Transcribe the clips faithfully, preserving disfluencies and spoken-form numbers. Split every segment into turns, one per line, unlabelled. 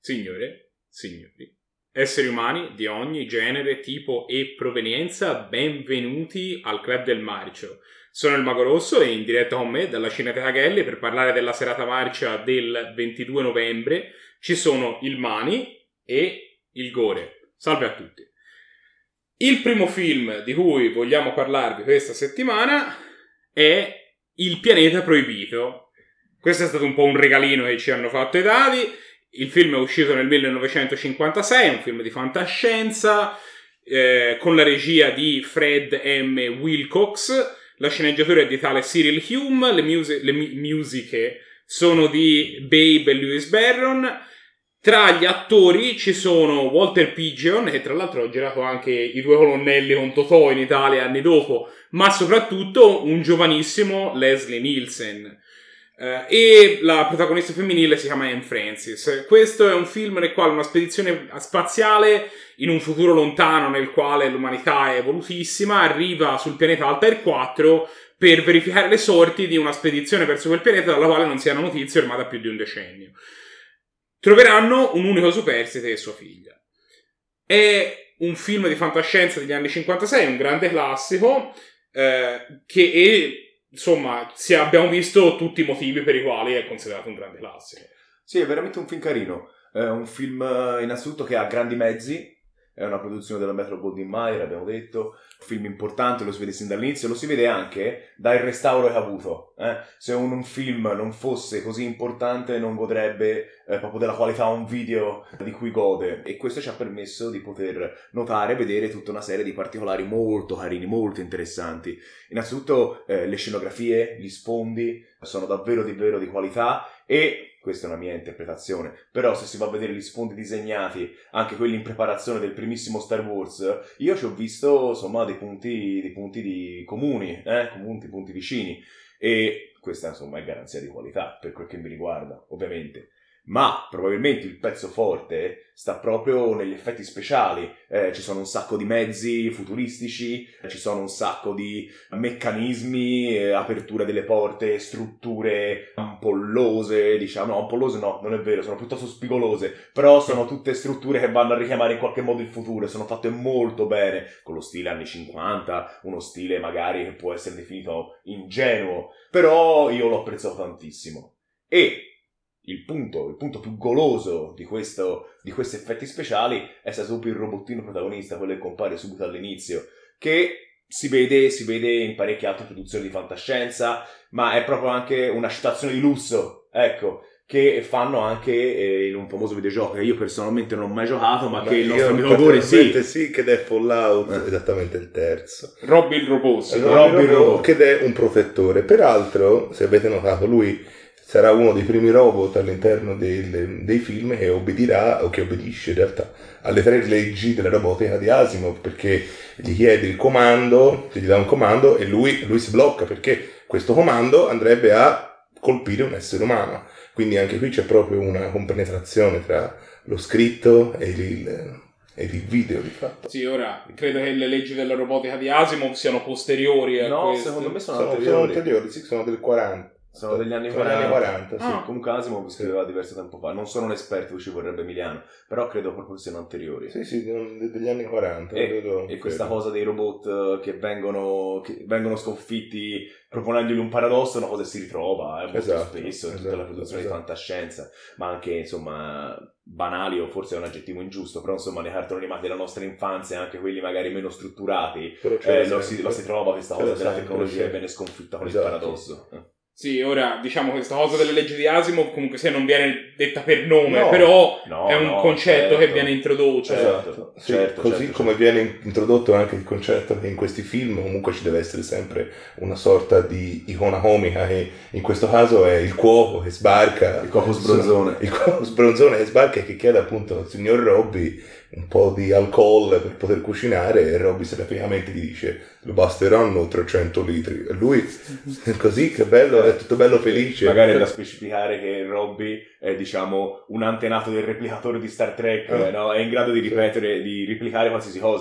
Signore, signori, esseri umani di ogni genere, tipo e provenienza, benvenuti al Club del Marcio. Sono il Mago Rosso e in diretta con me dalla Cineteca Gelli per parlare della serata marcia del ventidue novembre ci sono il Mani e il Gore. Salve a tutti. Il primo film di cui vogliamo parlarvi questa settimana è Il pianeta proibito. Questo è stato un po' un regalino che ci hanno fatto i dadi. Il film è uscito nel millenovecentocinquantasei, è un film di fantascienza eh, con la regia di Fred M. Wilcox. La sceneggiatura è di tale Cyril Hume, le, muse- le mu- musiche sono di Babe e Lewis Barron. Tra gli attori ci sono Walter Pigeon, che tra l'altro ha girato anche I Due Colonnelli con Totò in Italia anni dopo, ma soprattutto un giovanissimo Leslie Nielsen. Uh, e la protagonista femminile si chiama Anne Francis. Questo è un film nel quale una spedizione spaziale in un futuro lontano nel quale l'umanità è evolutissima arriva sul pianeta Altair quattro per verificare le sorti di una spedizione verso quel pianeta dalla quale non si hanno notizie ormai da più di un decennio. Troveranno un unico superstite e sua figlia. È un film di fantascienza degli anni cinquantasei, un grande classico eh, che è insomma, abbiamo visto tutti i motivi per i quali è considerato un grande classico.
Sì, è veramente un film carino. È un film innanzitutto che ha grandi mezzi. È una produzione della Metro Goldwyn Mayer, abbiamo detto. Un film importante, lo si vede sin dall'inizio. Lo si vede anche dal restauro che ha avuto. Eh? Se un, un film non fosse così importante non godrebbe eh, proprio della qualità un video di cui gode. E questo ci ha permesso di poter notare e vedere tutta una serie di particolari molto carini, molto interessanti. Innanzitutto eh, le scenografie, gli sfondi sono davvero davvero di qualità e... questa è una mia interpretazione, però se si va a vedere gli sfondi disegnati, anche quelli in preparazione del primissimo Star Wars, io ci ho visto insomma dei punti, dei punti di comuni, eh, punti, punti vicini, e questa insomma è garanzia di qualità per quel che mi riguarda, ovviamente. Ma probabilmente il pezzo forte sta proprio negli effetti speciali. Eh, ci sono un sacco di mezzi futuristici, ci sono un sacco di meccanismi, eh, aperture delle porte, strutture ampollose, diciamo, no, ampollose no, non è vero, sono piuttosto spigolose, però sono tutte strutture che vanno a richiamare in qualche modo il futuro, sono fatte molto bene, con lo stile anni cinquanta, uno stile magari che può essere definito ingenuo, però io l'ho apprezzato tantissimo. E Il punto, il punto più goloso di, questo, di questi effetti speciali è stato proprio il robottino protagonista, quello che compare subito all'inizio, che si vede, si vede in parecchie altre produzioni di fantascienza, ma è proprio anche una citazione di lusso, ecco, che fanno anche eh, in un famoso videogioco che io personalmente non ho mai giocato, ma, ma che il nostro amico Gore sì.
sì, che è Fallout, eh. esattamente il terzo.
Robby il robot, sì.
Robby il robot, che è un protettore. Peraltro, se avete notato, lui sarà uno dei primi robot all'interno del, dei film che obbedirà, o che obbedisce in realtà, alle tre leggi della robotica di Asimov, perché gli chiede il comando, gli dà un comando e lui, lui si blocca, perché questo comando andrebbe a colpire un essere umano. Quindi anche qui c'è proprio una compenetrazione tra lo scritto e il, e il video di fatto.
Sì, ora credo che le leggi della robotica di Asimov siano posteriori a
no,
questo.
secondo me sono,
sono
anteriori.
Sono anteriori, sì, sono del quaranta.
Sono degli anni
sono
quaranta,
quaranta sì.
Ah. Comunque Asimov scriveva diverso tempo fa. Non sono un esperto, ci vorrebbe Emiliano, però credo proprio che siano anteriori.
Sì, sì, degli anni quaranta.
E,
credo,
e questa
credo.
cosa dei robot che vengono, che vengono sconfitti proponendogli un paradosso è una cosa che si ritrova eh, molto
esatto,
spesso in
esatto,
tutta la produzione
esatto.
di fantascienza, ma anche insomma banali, o forse è un aggettivo ingiusto, però insomma nei cartoni animati della nostra infanzia, anche quelli magari meno strutturati, eh, lo, si, lo si trova questa cosa della tecnologia che viene sconfitta con esatto. il paradosso. Eh.
Sì, ora diciamo questa cosa delle leggi di Asimov comunque sia non viene detta per nome,
no,
però
no,
è un
no,
concetto
certo.
che viene introdotto.
Esatto,
sì,
certo,
così
certo,
come
certo.
viene introdotto anche il concetto che in questi film comunque ci deve essere sempre una sorta di icona comica, che in questo caso è il cuoco che sbarca,
il cuoco sbronzone,
il cuoco sbronzone che sbarca e che chiede appunto al signor Robby un po' di alcol per poter cucinare, e Robby seraficamente gli dice lo basteranno trecento litri, e lui così, che bello, è tutto bello felice.
Magari è da specificare che Robby è diciamo un antenato del replicatore di Star Trek, eh. no? È in grado di ripetere, di replicare qualsiasi cosa,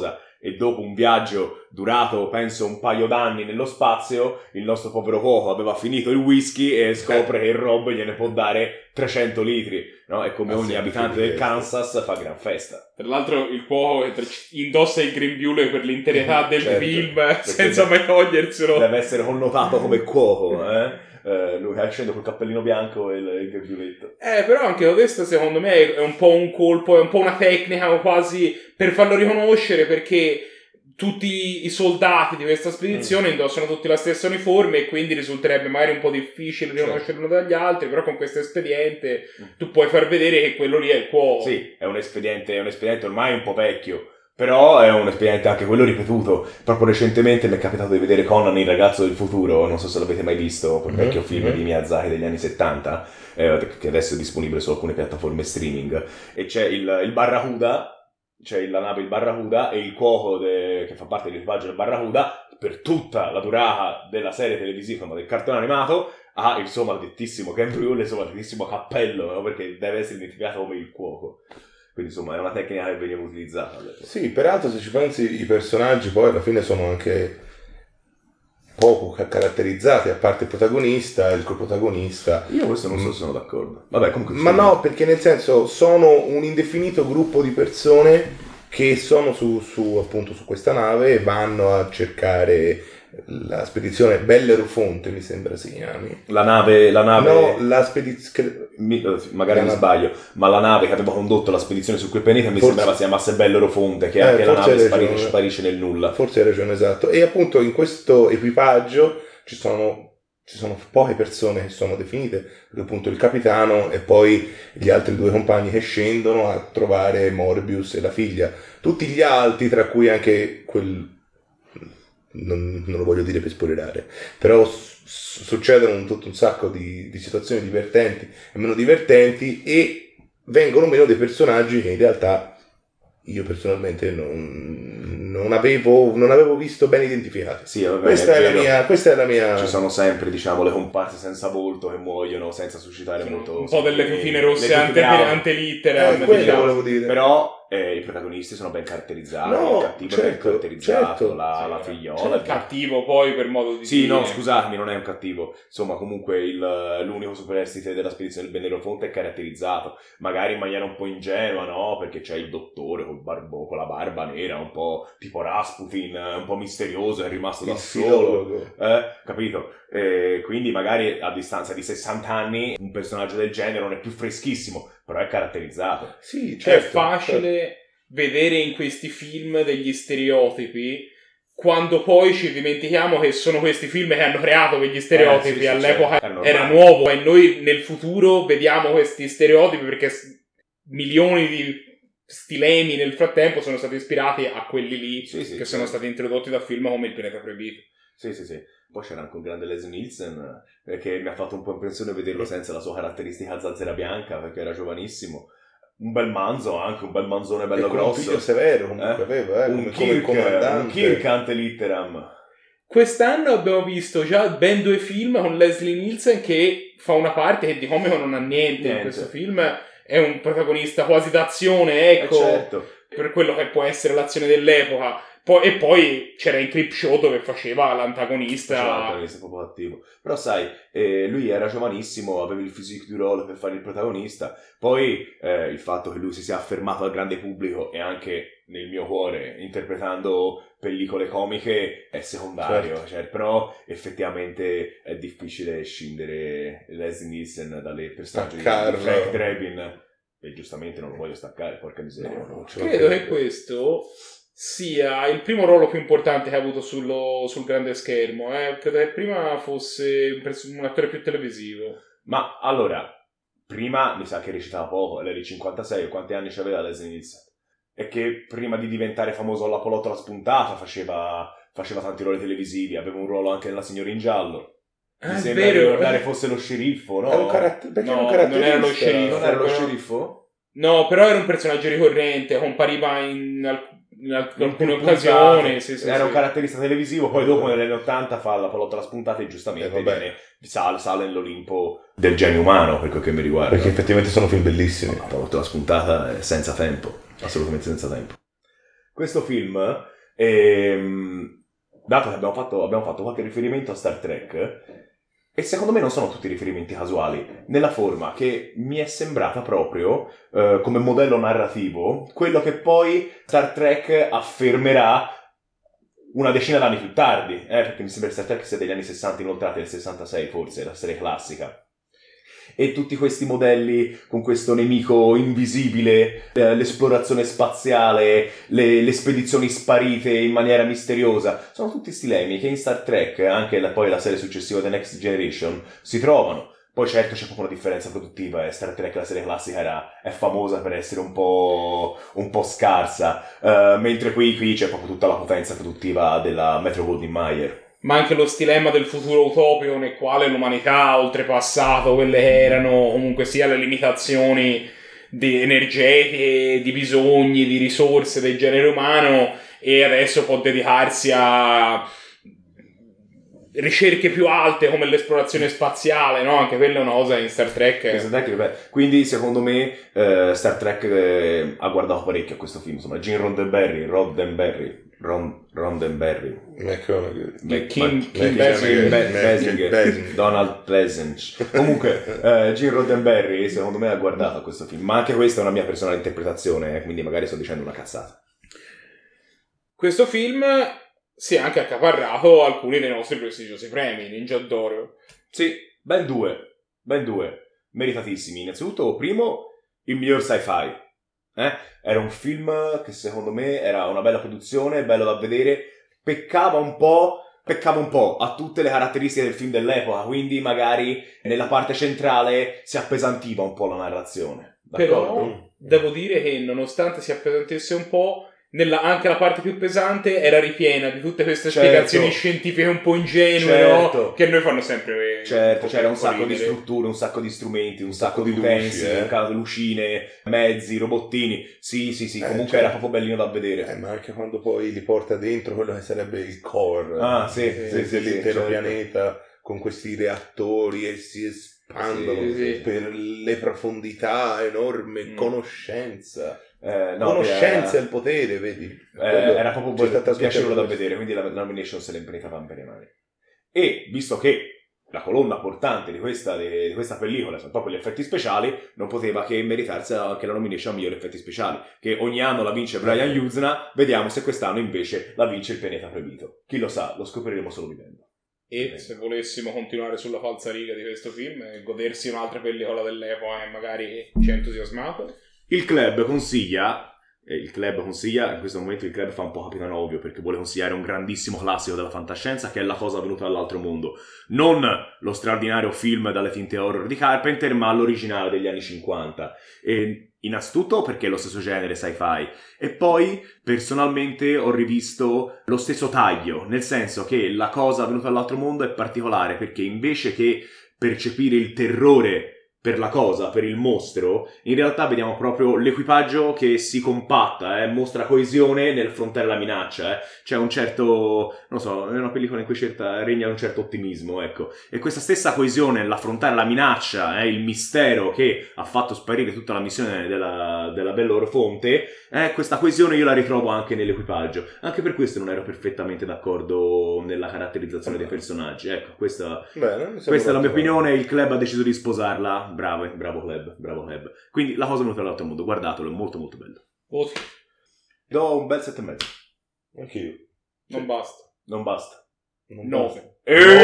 e dopo un viaggio durato penso un paio d'anni nello spazio, il nostro povero cuoco aveva finito il whisky e scopre che il Rob gliene può dare trecento litri, no? E come
Ah,
ogni
sì,
abitante del Kansas fa gran festa.
Tra l'altro il cuoco indossa il grembiule per l'intera del
Certo,
film senza mai toglierselo.
Deve essere connotato come cuoco, eh? Uh, lui accende col cappellino bianco e il, il grembiuletto.
Eh, però anche questo secondo me è un po' un colpo, è un po' una tecnica quasi per farlo riconoscere, perché tutti i soldati di questa spedizione mm. indossano tutti la stessa uniforme e quindi risulterebbe magari un po' difficile riconoscerlo certo. dagli altri, però con questo espediente mm. tu puoi far vedere che quello lì è il cuoco.
Sì, è un espediente, è un espediente ormai un po' vecchio, però è un espediente anche quello ripetuto. Proprio recentemente mi è capitato di vedere Conan il ragazzo del futuro, non so se l'avete mai visto, quel vecchio mm-hmm. film di Miyazaki degli anni settanta, eh, che adesso è disponibile su alcune piattaforme streaming, e c'è il, il Barracuda, c'è la nave il Barracuda e il cuoco de, che fa parte dell'equipaggio del Barracuda per tutta la durata della serie televisiva, ma del cartone animato, ha il suo maledettissimo Ken Brule, il suo maledettissimo cappello, no? Perché deve essere identificato come il cuoco. Quindi insomma è una tecnica che veniva utilizzata.
Sì, peraltro se ci pensi i personaggi poi alla fine sono anche poco caratterizzati, a parte il protagonista e il coprotagonista.
Io questo non so se sono d'accordo. Vabbè, comunque.
Ma no, perché nel senso sono un indefinito gruppo di persone che sono su, su appunto su questa nave e vanno a cercare la spedizione Bellerofonte, mi sembra si chiami.
La nave, la nave...
No, la spedizione...
Magari mi sbaglio, ma la nave che aveva condotto la spedizione su quel pianeta mi forse... sembrava si chiamasse Bellerofonte, che è eh, anche la nave sparisce, sparisce nel nulla.
Forse hai ragione, esatto. E appunto in questo equipaggio ci sono, ci sono poche persone che sono definite, perché appunto il capitano e poi gli altri due compagni che scendono a trovare Morbius e la figlia. Tutti gli altri, tra cui anche quel... Non, non lo voglio dire per spoilerare, però s- succedono un, tutto un sacco di, di situazioni divertenti e meno divertenti e vengono meno dei personaggi che in realtà io personalmente non, non, avevo, non avevo visto ben identificati.
Sì, vabbè,
questa,
è
è la mia, questa è la mia...
Ci sono sempre, diciamo, le comparse senza volto che muoiono senza suscitare
sì,
molto...
Un po' delle tutine rosse ante, antelitere.
Eh, quello volevo dire.
Però... Eh, i protagonisti sono ben caratterizzati,
no,
il cattivo
certo,
è ben caratterizzato,
certo,
la,
sì,
la figliola.
C'è il cattivo poi per modo di
sì,
dire.
no, scusatemi, non è un cattivo. Insomma, comunque il, l'unico superstite della spedizione del Bellerofonte è caratterizzato. Magari in maniera un po' ingenua, no? Perché c'è il dottore col barbo, con la barba nera, un po' tipo Rasputin, un po' misterioso, è rimasto da solo. Eh, capito? Eh, quindi magari a distanza di sessanta anni un personaggio del genere non è più freschissimo, però è caratterizzato.
Sì, certo,
è facile certo. vedere in questi film degli stereotipi quando poi ci dimentichiamo che sono questi film che hanno creato quegli stereotipi. Eh, sì, sì, all'epoca certo. era nuovo e noi nel futuro vediamo questi stereotipi perché milioni di stilemi nel frattempo sono stati ispirati a quelli lì sì, sì, che sono certo. stati introdotti da film come Il pianeta proibito.
Sì, sì, sì. Poi c'era anche un grande Leslie Nielsen eh, che mi ha fatto un po' impressione vederlo senza la sua caratteristica zanzera bianca perché era giovanissimo. Un bel manzo anche, un bel manzone bello
e
grosso.
Un figlio severo comunque
eh?
aveva, eh?
Un
come,
Kirk, un Kirk ante litteram.
Quest'anno abbiamo visto già ben due film con Leslie Nielsen che fa una parte che di comico non ha niente, niente. In questo film è un protagonista quasi d'azione, ecco,
eh certo.
per quello che può essere l'azione dell'epoca. Poi, e poi c'era in Creepshow dove faceva l'antagonista.
Faceva l'antagonista proprio attivo. Però sai, eh, lui era giovanissimo, aveva il physique du role per fare il protagonista. Poi eh, il fatto che lui si sia affermato al grande pubblico e anche nel mio cuore interpretando pellicole comiche è secondario. Certo. Cioè, però effettivamente è difficile scindere Leslie Nielsen dalle personaggi di Frank Drebin. E giustamente non lo voglio staccare, porca miseria.
No, no, credo che questo sia il primo ruolo più importante che ha avuto sullo, sul grande schermo. Eh. Credo che prima fosse un, pers- un attore più televisivo.
Ma allora, prima mi sa che recitava poco, lei era cinquantasei, quanti anni c'aveva Leslie Nielsen? E che prima di diventare famoso alla polottola spuntata faceva, faceva tanti ruoli televisivi, aveva un ruolo anche nella Signora in giallo. Mi
ah,
sembra
vero,
di ricordare fosse lo sceriffo, no?
Era un caratter- perché
no,
era un caratterista?
Non era lo sceriffo.
Non era lo
però...
sceriffo?
No, però era un personaggio ricorrente, compariva in, alc- in alc- in alcune occasioni. Sì, sì,
era
sì.
un caratterista televisivo, poi dopo negli anni ottanta fa la polottola spuntata e giustamente
eh,
viene, sale, sale nell'Olimpo del genio umano, per quel che mi riguarda.
Perché effettivamente sono film bellissimi.
La polottola spuntata è senza tempo, assolutamente senza tempo. Questo film E, dato che abbiamo fatto, abbiamo fatto qualche riferimento a Star Trek, e secondo me non sono tutti riferimenti casuali, nella forma che mi è sembrata proprio, eh, come modello narrativo, quello che poi Star Trek affermerà una decina d'anni più tardi, eh, perché mi sembra che Star Trek sia degli anni sessanta, inoltrati del sessantasei forse, la serie classica. E tutti questi modelli con questo nemico invisibile, eh, l'esplorazione spaziale, le, le spedizioni sparite in maniera misteriosa, sono tutti stilemi che in Star Trek, anche la, poi la serie successiva The Next Generation, si trovano. Poi certo c'è proprio una differenza produttiva, eh. Star Trek, la serie classica, era, è famosa per essere un po', un po' scarsa, uh, mentre qui, qui c'è proprio tutta la potenza produttiva della Metro-Goldwyn-Mayer.
Ma anche lo stilema del futuro utopico nel quale l'umanità ha oltrepassato quelle che erano comunque sia le limitazioni di energetiche, di bisogni, di risorse del genere umano, e adesso può dedicarsi a ricerche più alte come l'esplorazione spaziale, no? Anche quella è una cosa in Star Trek.
Star Trek beh, quindi secondo me eh, Star Trek eh, ha guardato parecchio a questo film, insomma. Gene Roddenberry, Roddenberry, Ron, Roddenberry,
McConaughey,
Kim, Kim Basinger,
Donald Pleasence. Comunque eh, Gene Roddenberry secondo me ha guardato a questo film, ma anche questa è una mia personale interpretazione, eh, quindi magari sto dicendo una cazzata.
Questo film si è anche accaparrato alcuni dei nostri prestigiosi premi, Ninja d'Oro.
Sì, ben due, ben due, meritatissimi. Innanzitutto, primo, il miglior sci-fi. Eh? Era un film che secondo me era una bella produzione, bello da vedere, peccava un po', peccava un po' a tutte le caratteristiche del film dell'epoca, quindi magari nella parte centrale si appesantiva un po' la narrazione. D'accordo?
Però devo dire che nonostante si appesantisse un po', Nella, anche la parte più pesante era ripiena di tutte queste
certo.
spiegazioni scientifiche un po' ingenue,
certo.
no? Che a noi fanno sempre.
Certo, c'era un sacco
ridere.
di strutture, un sacco di strumenti, un sacco di
Luci,
utenzi,
eh.
lucine, mezzi, robottini. Sì, sì, sì,
Eh,
comunque
certo.
era proprio bellino da vedere.
Eh, ma anche quando poi li porta dentro quello che sarebbe il core
Ah, sì,
eh,
sì, sì,
dell'intero
sì, certo.
pianeta, con questi reattori e si espandono
Sì, sì.
per le profondità enorme,
Mm.
conoscenza.
Eh, no,
Conoscenza
era,
è il potere, vedi?
eh,
Quello
era proprio
c'è stata
piacevole da
scoperta-
vedere, quindi la, la nomination se l'è impenetrata per le mani. E visto che la colonna portante di questa, di, di questa pellicola sono proprio gli effetti speciali, non poteva che meritarsi anche la nomination a migliori effetti speciali, che ogni anno la vince Brian Yuzna. Vediamo se quest'anno invece la vince il pianeta proibito. Chi lo sa, lo scopriremo solo vivendo.
E se volessimo continuare sulla falsariga di questo film e godersi un'altra pellicola dell'epoca e magari ci ha entusiasmato,
Il club consiglia, eh, il club consiglia, in questo momento il club fa un po' capitano ovvio perché vuole consigliare un grandissimo classico della fantascienza che è La cosa venuta dall'altro mondo. Non lo straordinario film dalle tinte horror di Carpenter, ma l'originale degli anni cinquanta. E innanzitutto perché è lo stesso genere sci-fi e poi personalmente ho rivisto lo stesso taglio, nel senso che La cosa venuta dall'altro mondo è particolare perché invece che percepire il terrore per la cosa, per il mostro, in realtà vediamo proprio l'equipaggio che si compatta, eh, mostra coesione nel affrontare la minaccia, eh. C'è un certo, non so, è una pellicola in cui certa, regna un certo ottimismo, ecco. E questa stessa coesione nell'affrontare la minaccia, eh, il mistero che ha fatto sparire tutta la missione della, della Bella Orofonte, eh, questa coesione io la ritrovo anche nell'equipaggio. Anche per questo non ero perfettamente d'accordo nella caratterizzazione dei personaggi, ecco, questa,
Bene, mi sembra
questa è la mia
ottimo.
opinione, il club ha deciso di sposarla. Bravo, bravo club, bravo club. Quindi La cosa venuta dall'altro mondo, guardatelo, è molto molto bello.
voti,
Do un bel sette e mezzo.
Anch'io.
non basta.
Non basta.
Non
nove.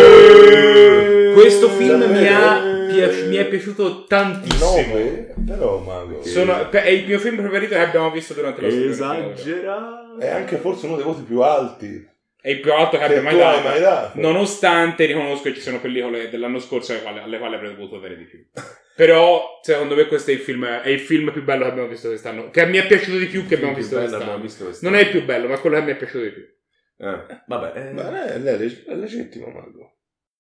Eeeh!
Questo film mi, ha
Davvero?
piaci- mi è piaciuto tantissimo.
nove? Però, Mago.
Sono- è il mio film preferito che abbiamo visto durante la stagione.
Esagerato.
È anche forse uno dei voti più alti
È il più alto che
che
abbia mai
tu hai
dato.
mai dato.
Nonostante riconosco che ci sono pellicole dell'anno scorso alle quali, alle quali avrei dovuto avere di più. Però, secondo me, questo è il film, è il film più bello che abbiamo visto quest'anno. Che mi è piaciuto di più che abbiamo visto
Bello,
quest'anno.
abbiamo visto quest'anno.
Non è il più bello, ma quello che mi è piaciuto di più.
Eh, vabbè. eh.
Ma è, è, leg- è legittimo, Mago.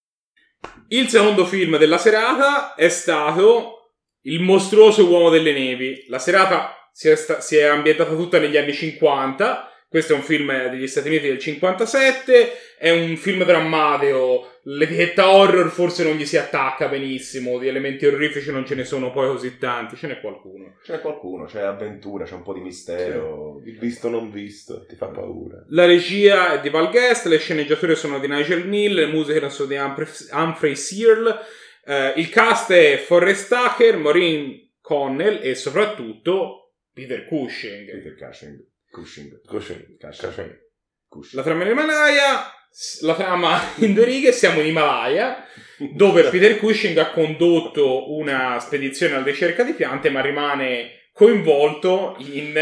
Il secondo film della serata è stato Il mostruoso uomo delle nevi. La serata si è, sta- si è ambientata tutta negli anni cinquanta, Questo è un film degli Stati Uniti del cinquantasette, è un film drammatico, l'etichetta horror forse non gli si attacca benissimo, di elementi orrifici non ce ne sono poi così tanti, ce n'è qualcuno.
Ce n'è qualcuno, c'è avventura, c'è un po' di mistero.
Sì. Il visto non visto, ti fa paura.
La regia è di Val Guest, le sceneggiature sono di Nigel Neal, le musiche sono di Humphrey, Humphrey Searle, eh, il cast è Forrest Tucker, Maureen Connell e soprattutto Peter Cushing.
Peter Cushing. Cushing.
Cushing. Cushing.
Cushing.
La trama in Himalaya, la trama in due righe, siamo in Himalaya, dove Peter Cushing ha condotto una spedizione alla ricerca di piante, ma rimane coinvolto in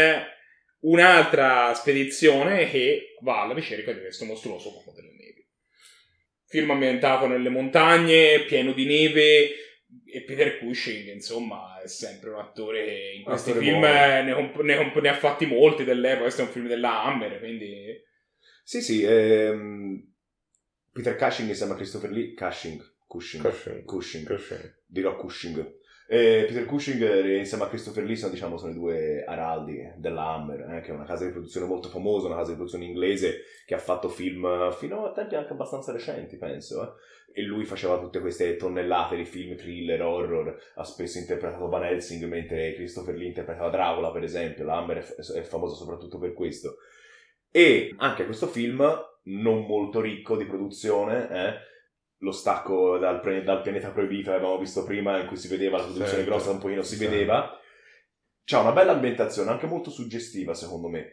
un'altra spedizione che va alla ricerca di questo mostruoso uomo delle nevi. Film ambientato nelle montagne, pieno di neve, e Peter Cushing, insomma, è sempre un attore che in questi
attore
film
buono.
ne, comp- ne, comp- ne ha fatti molti dell'epoca. Questo è un film della Hammer, quindi...
Sì, sì, ehm, Peter Cushing insieme a Christopher Lee, Cushing, Cushing,
Cushing.
Cushing,
Cushing.
dirò Cushing. E Peter Cushing eh, insieme a Christopher Lee sono, diciamo, sono i due araldi della Hammer, eh, che è una casa di produzione molto famosa, una casa di produzione inglese che ha fatto film fino a tempi anche abbastanza recenti, penso, eh. E lui faceva tutte queste tonnellate di film thriller, horror, ha spesso interpretato Van Helsing, mentre Christopher Lee interpretava Dracula, per esempio. La Hammer è, f- è famosa soprattutto per questo. E anche questo film, non molto ricco di produzione, eh, lo stacco dal, pre- dal pianeta proibito che abbiamo visto prima, in cui si vedeva la produzione
Certo.
grossa, un pochino si
Certo.
vedeva, c'ha una bella ambientazione, anche molto suggestiva secondo me,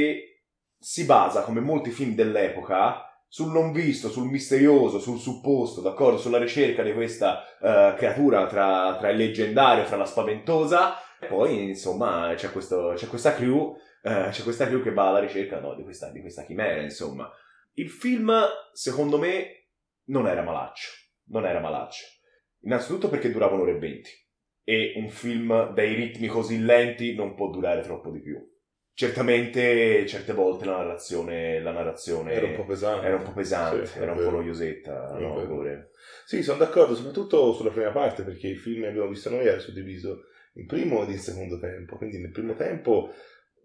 e si basa, come molti film dell'epoca, sul non visto, sul misterioso, sul supposto, d'accordo, sulla ricerca di questa uh, creatura tra, tra il leggendario, tra la spaventosa, e poi insomma c'è, questo, c'è questa crew Uh, c'è questa crew che va alla ricerca, no, di questa, di questa chimera, insomma. Il film, secondo me, non era malaccio. Non era malaccio. Innanzitutto perché durava un'ora e venti. E un film dai ritmi così lenti non può durare troppo di più. Certamente, certe volte la narrazione, la narrazione
Era un po' pesante.
Era un po' pesante,
Sì,
era un
vero.
po' noiosetta.
È
No,
vero.
pure.
Sì, sono d'accordo, soprattutto sulla prima parte, perché il film che abbiamo visto noi era suddiviso in primo ed in secondo tempo. Quindi nel primo tempo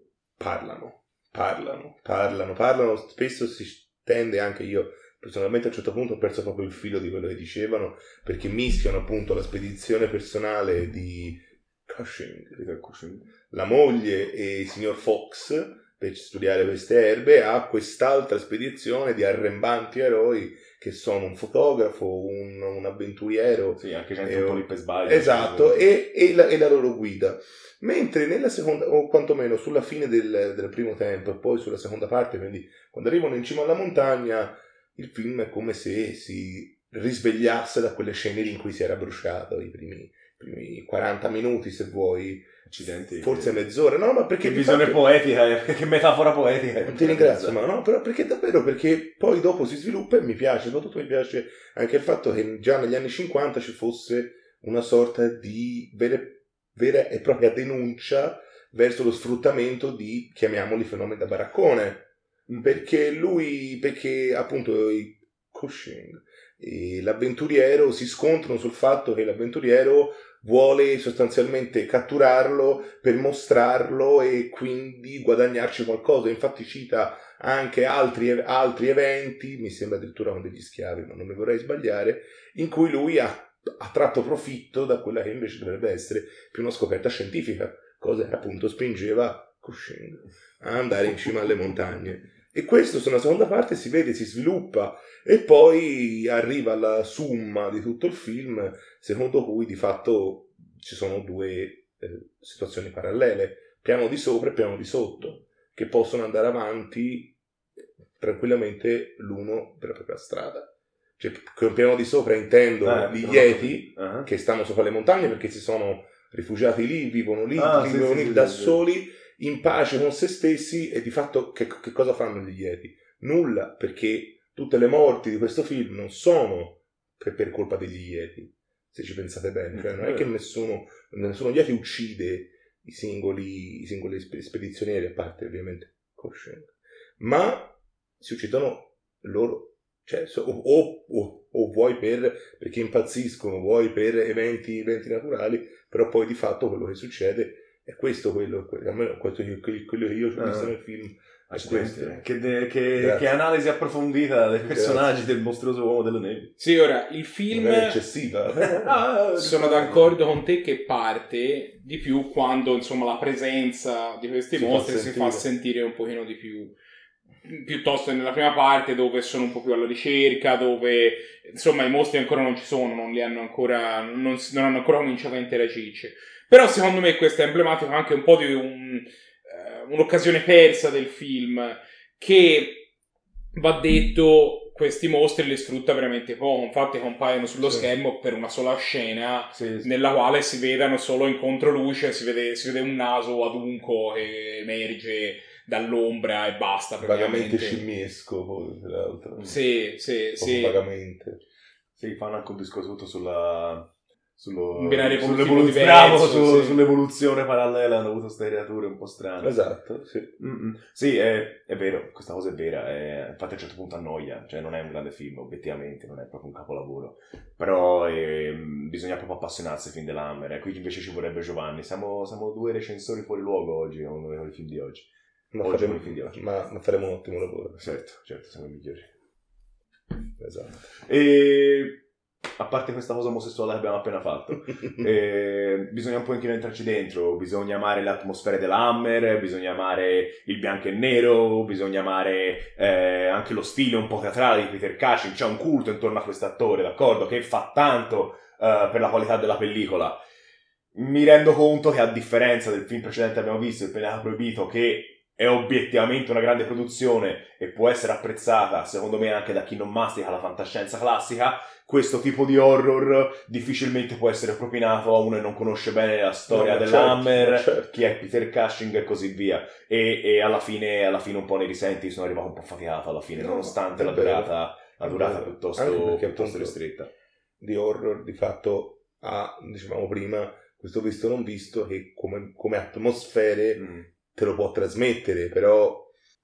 parlano, parlano, parlano, parlano, spesso si tende, anche io personalmente a un certo punto ho perso proprio il filo di quello che dicevano, perché mischiano appunto la spedizione personale di Cushing,
Peter Cushing.
la moglie e il signor Fox per studiare queste erbe, a quest'altra spedizione di arrembanti eroi che sono un fotografo, un, un avventuriero,
Sì, anche gente
e
un po'
un-
lì per sbaglio.
esatto, e, e, la, e la loro guida. Mentre nella seconda, o quantomeno sulla fine del, del primo tempo e poi sulla seconda parte, quindi quando arrivano in cima alla montagna, il film è come se si risvegliasse da quelle scene in cui si era bruciato i primi, primi quaranta minuti, se vuoi,
Accidenti.
forse mezz'ora. No, ma perché
Che
di
visione
fatto-
poetica, che metafora poetica.
ti ringrazio, ma no, però perché davvero, perché poi dopo si sviluppa e mi piace, soprattutto mi piace anche il fatto che già negli anni cinquanta ci fosse una sorta di vera, vera e propria denuncia verso lo sfruttamento di, chiamiamoli, fenomeni da baraccone, perché lui, perché appunto i Cushing e l'avventuriero si scontrano sul fatto che l'avventuriero vuole sostanzialmente catturarlo per mostrarlo e quindi guadagnarci qualcosa. Infatti cita anche altri, altri eventi, mi sembra addirittura con degli schiavi, ma non mi vorrei sbagliare, in cui lui ha, ha tratto profitto da quella che invece dovrebbe essere più una scoperta scientifica, cosa che appunto spingeva Cushing a andare in cima alle montagne. E questo sulla seconda parte si vede, si sviluppa e poi arriva alla summa di tutto il film, secondo cui di fatto ci sono due eh, situazioni parallele, piano di sopra e piano di sotto, che possono andare avanti tranquillamente l'uno per la propria strada. Cioè, con piano di sopra intendo
Ah,
gli
non ho
Yeti
capito. Ah.
che stanno sopra le montagne perché si sono rifugiati lì, vivono lì,
Ah, sì,
vivono
sì,
lì
sì,
da
sì, sì.
soli, in pace con se stessi, e di fatto che, che cosa fanno gli Yeti? Nulla, perché tutte le morti di questo film non sono per, per colpa degli Yeti, se ci pensate bene, cioè non è che nessuno, nessuno Yeti uccide i singoli, i singoli sp- spedizionieri, a parte ovviamente Cushing, ma si uccidono loro, cioè so- o, o, o vuoi per perché impazziscono, vuoi per eventi, eventi naturali, però poi di fatto quello che succede è questo, quello, almeno questo, quello che io ho visto
Ah.
nel film
Accidenti. Che, de- che, che analisi approfondita dei personaggi Grazie. Del mostruoso uomo delle nevi.
Sì, ora, il film
non è eccessiva.
ah, sono d'accordo con te che parte di più quando, insomma, la presenza di questi si mostri fa si fa sentire un pochino di più, piuttosto nella prima parte, dove sono un po' più alla ricerca, dove, insomma, i mostri ancora non ci sono, non li hanno ancora, non, non hanno ancora cominciato a interagirci. Però secondo me questo è emblematico anche un po' di un un'occasione persa del film, che, va detto, questi mostri li sfrutta veramente poco. Infatti compaiono sullo sì. schermo per una sola scena sì, sì. nella quale si vedono solo in controluce, si vede, si vede un naso adunco che emerge dall'ombra e basta.
Vagamente scimmiesco poi, tra l'altro.
Sì, sì, sì.
Vagamente.
Sì, fanno anche un discorso tutto sulla... Sullo,
sull'evoluzione,
bravo, su, sì. sull'evoluzione parallela hanno avuto queste creature un po' strane.
Esatto, sì.
Mm-mm. Sì, è, è vero, questa cosa è vera. È, infatti a un certo punto annoia, cioè non è un grande film, obiettivamente, non è proprio un capolavoro. Però è, bisogna proprio appassionarsi ai film dell'Hammer. E qui invece ci vorrebbe Giovanni. Siamo, siamo due recensori fuori luogo oggi, con i film di oggi.
Ma,
oggi
faremo,
con i film di oggi.
Ma, ma faremo un ottimo lavoro.
Certo, certo, siamo i migliori.
Esatto.
E... a parte questa cosa omosessuale che abbiamo appena fatto, eh, bisogna un po' anche entrarci dentro, bisogna amare le atmosfere dell'Hammer, bisogna amare il bianco e nero, bisogna amare eh, anche lo stile un po' teatrale di Peter Cushing. C'è un culto intorno a quest'attore, d'accordo, che fa tanto eh, per la qualità della pellicola. Mi rendo conto che, a differenza del film precedente che abbiamo visto, Il Pianeta Proibito, che è obiettivamente una grande produzione e può essere apprezzata, secondo me, anche da chi non mastica la fantascienza classica, questo tipo di horror difficilmente può essere propinato a uno che non conosce bene la storia no, dell'Hammer, certo, certo. chi è Peter Cushing e così via. E, e alla fine alla fine un po' ne risenti, sono arrivato un po' faticato alla fine, no, nonostante la durata, la durata piuttosto, piuttosto ristretta.
Di horror, di fatto, ha, dicevamo prima, questo visto non visto, che come, come atmosfere... Mm. te lo può trasmettere, però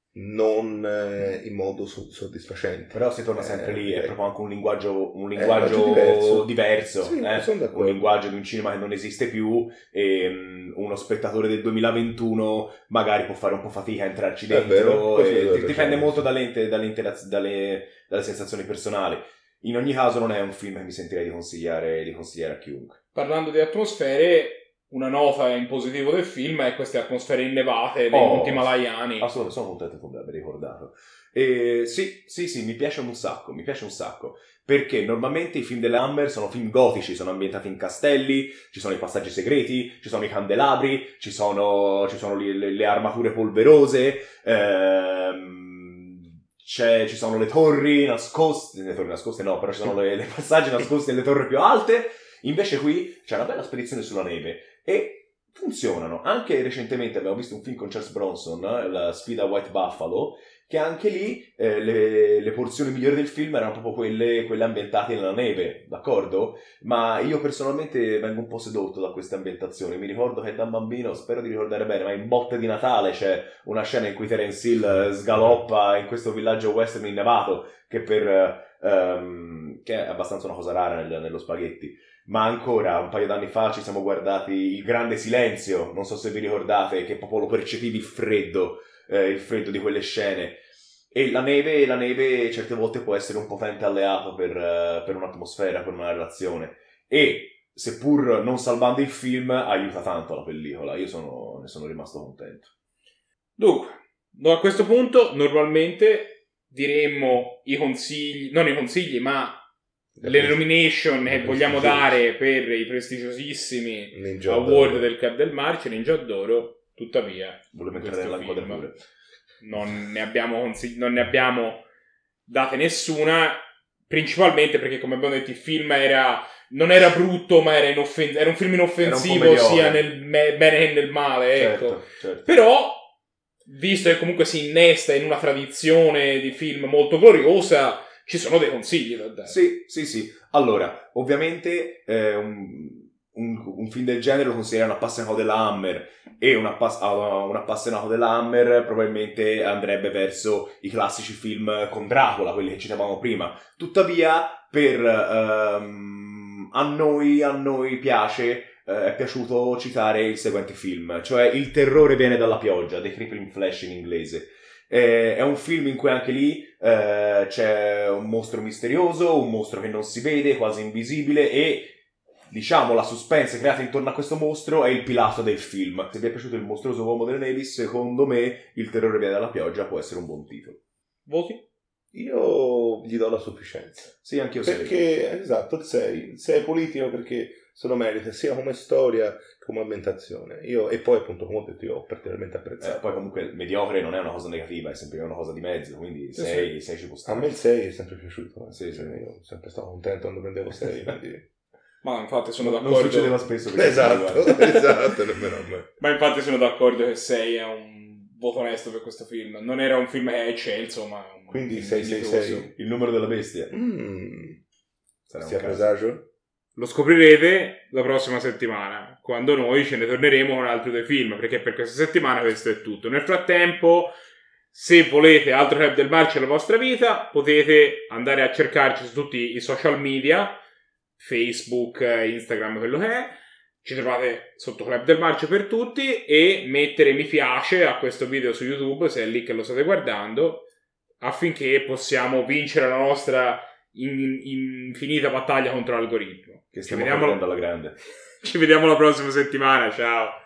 non eh, in modo soddisfacente.
Però si torna sempre eh, lì, è proprio anche un linguaggio, un linguaggio diverso, diverso
sì,
eh? un linguaggio di un cinema che non esiste più, e um, uno spettatore del duemilaventuno magari può fare un po' fatica a entrarci dentro, vero, e dipende molto dalle, dalle, dalle, dalle sensazioni personali. In ogni caso non è un film che mi sentirei di consigliare, di consigliare a chiunque.
Parlando di atmosfere, una nota in positivo del film è queste atmosfere innevate dei
oh,
monti himalayani.
Assolutamente, sono contento di aver ricordato. E sì, sì, sì, mi piace un sacco, mi piace un sacco. Perché normalmente i film dell'Hammer sono film gotici, sono ambientati in castelli, ci sono i passaggi segreti, ci sono i candelabri, ci sono, ci sono le, le, le armature polverose, ehm, c'è, ci sono le torri nascoste, le torri nascoste no, però ci sono le, le passaggi nascosti nelle torri più alte. Invece qui c'è una bella spedizione sulla neve e funzionano. Anche recentemente abbiamo visto un film con Charles Bronson, eh, la sfida White Buffalo, che anche lì eh, le, le porzioni migliori del film erano proprio quelle, quelle ambientate nella neve, d'accordo? Ma io personalmente vengo un po' sedotto da queste ambientazioni. Mi ricordo che da bambino, spero di ricordare bene, ma in Botte di Natale c'è una scena in cui Terence Hill sgaloppa in questo villaggio western innevato, che per um, che è abbastanza una cosa rara nel, nello spaghetti. Ma ancora un paio d'anni fa ci siamo guardati Il Grande Silenzio, non so se vi ricordate, che proprio lo percepivi il freddo, eh, il freddo di quelle scene. E la neve, la neve certe volte può essere un potente alleato per, uh, per un'atmosfera, per una relazione. E seppur non salvando il film, aiuta tanto la pellicola. Io sono, ne sono rimasto contento.
Dunque, a questo punto normalmente diremmo i consigli, non i consigli, ma le nomination che vogliamo dare per i prestigiosissimi
Ninja
award
d'oro.
del Club del Marcio, Ninja d'Oro. Tuttavia
volevo entrare nella inquadratura,
non ne abbiamo consig- non ne abbiamo date nessuna, principalmente perché, come abbiamo detto, il film era non era brutto, ma era, inoffen- era un film inoffensivo un sia nel me- bene che nel male,
certo,
ecco.
certo.
Però, visto che comunque si innesta in una tradizione di film molto gloriosa, ci sono dei consigli da dare.
Sì, sì, sì. Allora, ovviamente eh, un, un, un film del genere lo considera un appassionato della Hammer, e un, appass- uh, un appassionato della Hammer probabilmente andrebbe verso i classici film con Dracula, quelli che citavamo prima. Tuttavia, per um, a noi a noi piace, eh, è piaciuto citare il seguente film, cioè Il terrore viene dalla pioggia, The Crippling Flash in inglese. Eh, è un film in cui anche lì eh, c'è un mostro misterioso, un mostro che non si vede, quasi invisibile, e diciamo la suspense creata intorno a questo mostro è il pilastro del film. Se vi è piaciuto Il mostruoso uomo delle nevi, secondo me Il terrore viene dalla pioggia può essere un buon titolo.
Voti?
Io gli do la sufficienza.
Sì, anche io sei.
Perché, esatto, il sei. Il sei è politico perché se lo merita, sia come storia che come ambientazione. Io, e poi appunto, come ho detto, io ho particolarmente apprezzato.
Eh, poi comunque mediocre non è una cosa negativa, è sempre una cosa di mezzo, quindi sei
sì.
ci può stare.
A me il sei è sempre piaciuto. Eh.
Sì, sì.
Io sono sempre stato contento quando prendevo sei, quindi...
Ma infatti sono
non,
d'accordo.
Non succedeva spesso.
Esatto, esatto, nemmeno a me.
Ma infatti sono d'accordo che sei è un voto onesto per questo film. Non era un film che è eccelso, ma un
quindi
film
sei sei sei.
dignitoso.
Il numero della bestia.
Mm.
Sarà
Sia
un caso.
presagio?
Lo scoprirete la prossima settimana, quando noi ce ne torneremo con altri due film, perché per questa settimana questo è tutto. Nel frattempo, se volete altro Club del Marcio nella vostra vita, potete andare a cercarci su tutti i social media, Facebook, Instagram, quello che è. Ci trovate sotto Club del Marcio per tutti, e mettere mi piace a questo video su YouTube, se è lì che lo state guardando, affinché possiamo vincere la nostra in, infinita battaglia contro l'algoritmo.
Che stiamo
Ci vediamo
alla grande.
Ci vediamo la prossima settimana, ciao!